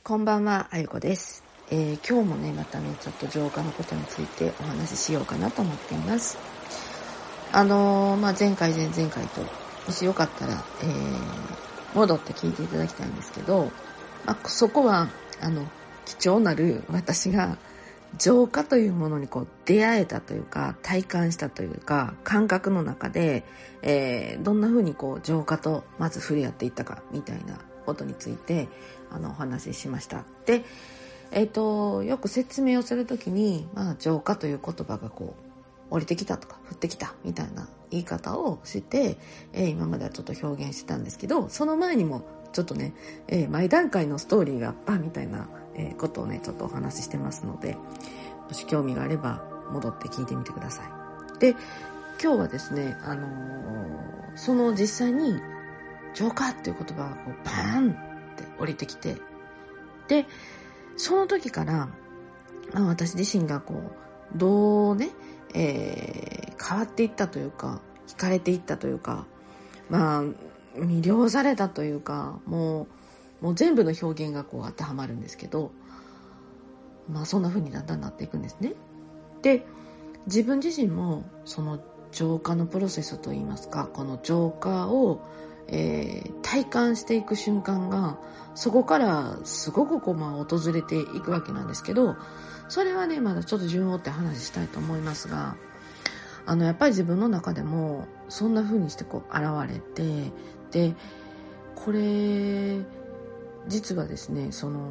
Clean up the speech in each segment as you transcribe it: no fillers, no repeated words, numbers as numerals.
こんばんは、あゆこです。今日もね、またね、ちょっと浄化のことについてお話ししようかなと思っています。前回、前々回と、もしよかったら、戻って聞いていただきたいんですけど、そこは、貴重なる私が、浄化というものに出会えたというか、体感したというか、感覚の中で、どんな風に浄化とまず触れ合っていったか、みたいなことについて、お話ししました。で、よく説明をするときに、浄化という言葉が降りてきたとか降ってきたみたいな言い方をして、今まではちょっと表現してたんですけど、その前にもちょっとね、前段階のストーリーがあったみたいな、ことをねちょっとお話ししてますので、もし興味があれば戻って聞いてみてください。で、今日はですね、その実際に浄化っていう言葉がパーンって降りてきて、でその時から、私自身がどうね、変わっていったというか、惹かれていったというか、魅了されたというか、もう全部の表現が当てはまるんですけど、そんな風にだんだんなっていくんですね。で、自分自身もその浄化のプロセスといいますか、この浄化を、体感していく瞬間が、そこからすごく訪れていくわけなんですけど、それはね、まだちょっと順を追って話したいと思いますが、やっぱり自分の中でもそんな風にして現れて、で、これ実はですね、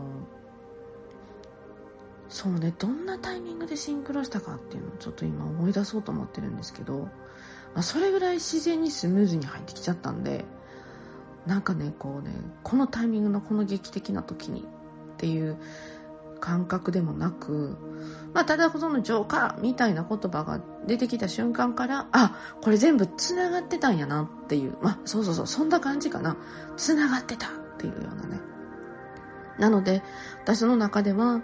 どんなタイミングでシンクロしたかっていうのをちょっと今思い出そうと思ってるんですけど、それぐらい自然にスムーズに入ってきちゃったんで、このタイミングのこの劇的な時にっていう感覚でもなく、ただその浄化みたいな言葉が出てきた瞬間から、これ全部つながってたんやなっていう、そうそんな感じかな、つながってたっていうようなね。なので私の中では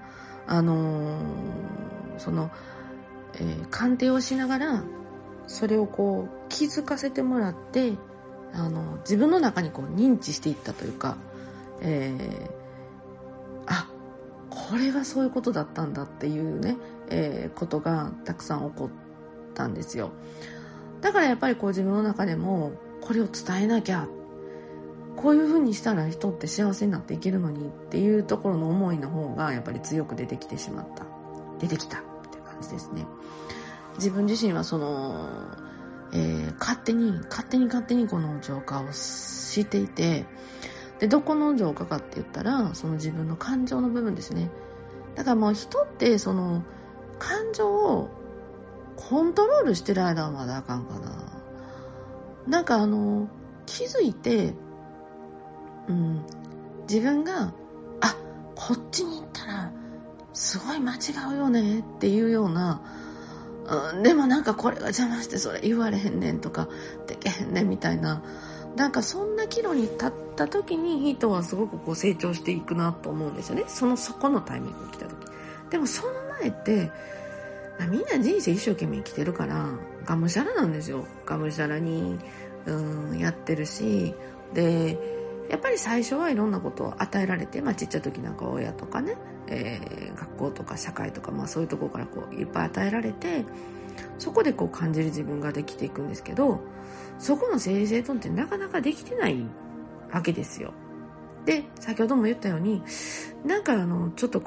鑑定をしながらそれを気づかせてもらって、自分の中に認知していったというか、これがそういうことだったんだっていうね、ことがたくさん起こったんですよ。だからやっぱり自分の中でもこれを伝えなきゃ、こういう風にしたら人って幸せになっていけるのにっていうところの思いの方がやっぱり強く出てきたっていう感じですね。自分自身は勝手にこの浄化をしていて、でどこの浄化かって言ったら、その自分の感情の部分ですね。だからもう人ってその感情をコントロールしてる間はまだあかんかな。気づいて、自分がこっちに行ったらすごい間違うよねっていうような、でもこれが邪魔してそれ言われへんねんとかできへんねんみたいな、そんな岐路に立った時に人はすごく成長していくなと思うんですよね。そこのタイミングに来た時。でもその前ってみんな人生一生懸命生きてるからがむしゃらなんですよ。がむしゃらにやってるし、でやっぱり最初はいろんなことを与えられて、ちっちゃい時なんか親とかね、学校とか社会とか、そういうところからいっぱい与えられて、そこで感じる自分ができていくんですけど、そこの整理整頓ってなかなかできてないわけですよ。で、先ほども言ったように、ちょっと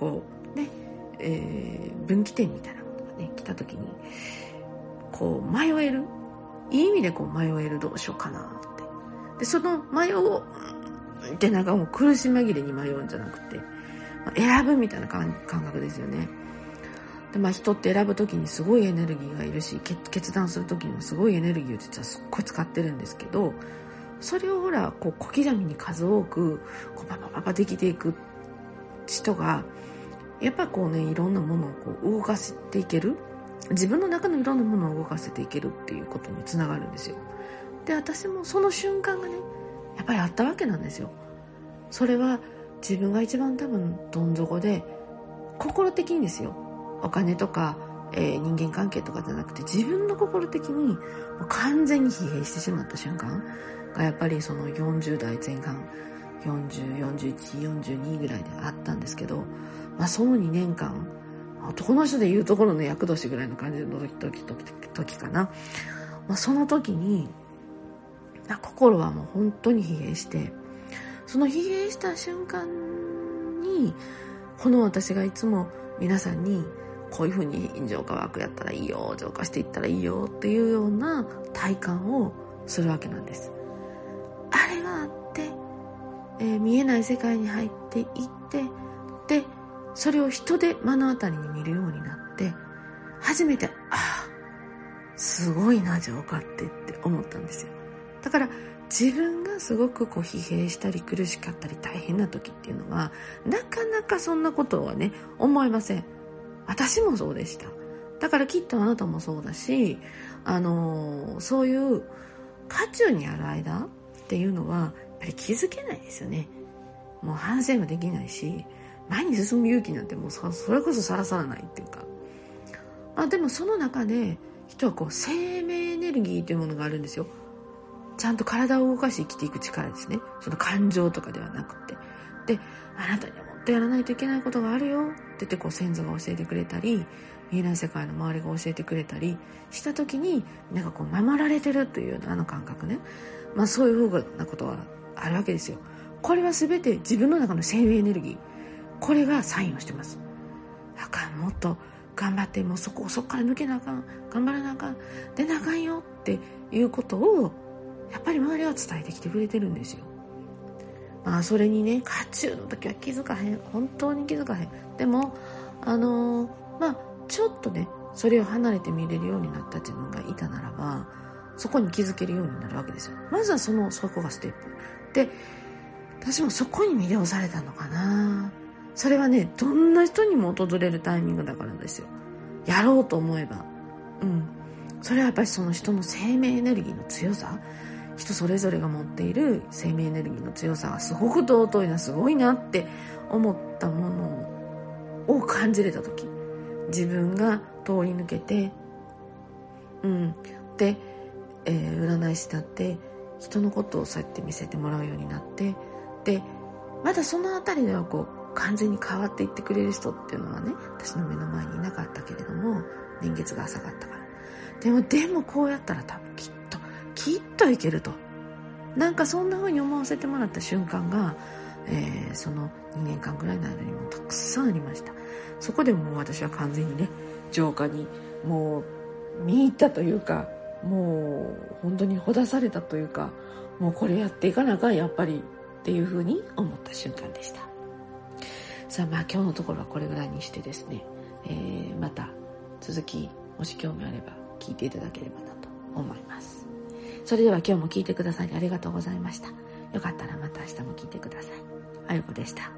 分岐点みたいなことがね来た時に迷える、いい意味で迷える、どうしようかなって。でその迷うってもう苦し紛れに迷うんじゃなくて、選ぶみたいな感覚ですよね。で人って選ぶ時にすごいエネルギーがいるし、決断する時にもすごいエネルギーを実はすっごい使ってるんですけど、それを小刻みに数多くパパできていく人がやっぱいろんなものを動かしていける、自分の中のいろんなものを動かせていけるっていうことにつながるんですよ。で私もその瞬間がねやっぱりあったわけなんですよ。それは自分が一番多分どん底で、心的にですよ、お金とか、人間関係とかじゃなくて自分の心的に完全に疲弊してしまった瞬間がやっぱりその40代前半 40、41、42ぐらいであったんですけど、その2年間、男の人で言うところの厄年ぐらいの感じの時かな。その時に、心はもう本当に疲弊して、その疲弊した瞬間に、この私がいつも皆さんに、こういうふうに浄化ワークやったらいいよ、浄化していったらいいよっていうような体感をするわけなんです。あれがあって、見えない世界に入っていって、で、それを人で目の当たりに見るようになって、初めて、すごいな、浄化って思ったんですよ。だから自分がすごく疲弊したり苦しかったり大変な時っていうのは、なかなかそんなことはね、思えません。私もそうでした。だからきっとあなたもそうだし、そういう渦中にある間っていうのはやっぱり気づけないですよね。もう反省もできないし、前に進む勇気なんてもうそれこそさらさらないっていうか。でもその中で人は生命エネルギーというものがあるんですよ。ちゃんと体を動かして生きていく力ですね。その感情とかではなくて。で、あなたにはもっとやらないといけないことがあるよって言って先祖が教えてくれたり、見えない世界の周りが教えてくれたりした時に、守られてるという感覚ね。そういうふうなことはあるわけですよ。これは全て自分の中の生命エネルギー。これがサインをしてます。だからもっと頑張って、もうそこから抜けなあかん、頑張らなあかん、出なあかんよっていうことをやっぱり周りは伝えてきてくれてるんですよ。それにね、渦中の時は気づかへん。本当に気づかへん。でもちょっとね、それを離れて見れるようになった自分がいたならば、そこに気づけるようになるわけですよ。まずはそこがステップで、私もそこに魅了されたのかな。それはね、どんな人にも訪れるタイミングだからですよ。やろうと思えば。それはやっぱりその人の生命エネルギーの強さ、人それぞれが持っている生命エネルギーの強さがすごく尊いな、すごいなって思ったものを感じれた時、自分が通り抜けて、で、占い師だって人のことをそうやって見せてもらうようになって、で、まだそのあたりでは完全に変わっていってくれる人っていうのはね、私の目の前にいなかったけれども、年月が浅かったから。でもこうやったら多分きっといけると。そんな風に思わせてもらった瞬間が、その2年間ぐらいの間にもたくさんありました。そこでもう私は完全にね、浄化にもう見入ったというか、もう本当にほだされたというか、もうこれやっていかなあかんやっぱりっていう風に思った瞬間でした。さあ今日のところはこれぐらいにしてですね、また続きもし興味あれば聞いていただければなと思います。それでは今日も聞いてくださりありがとうございました。よかったらまた明日も聞いてください。あゆこでした。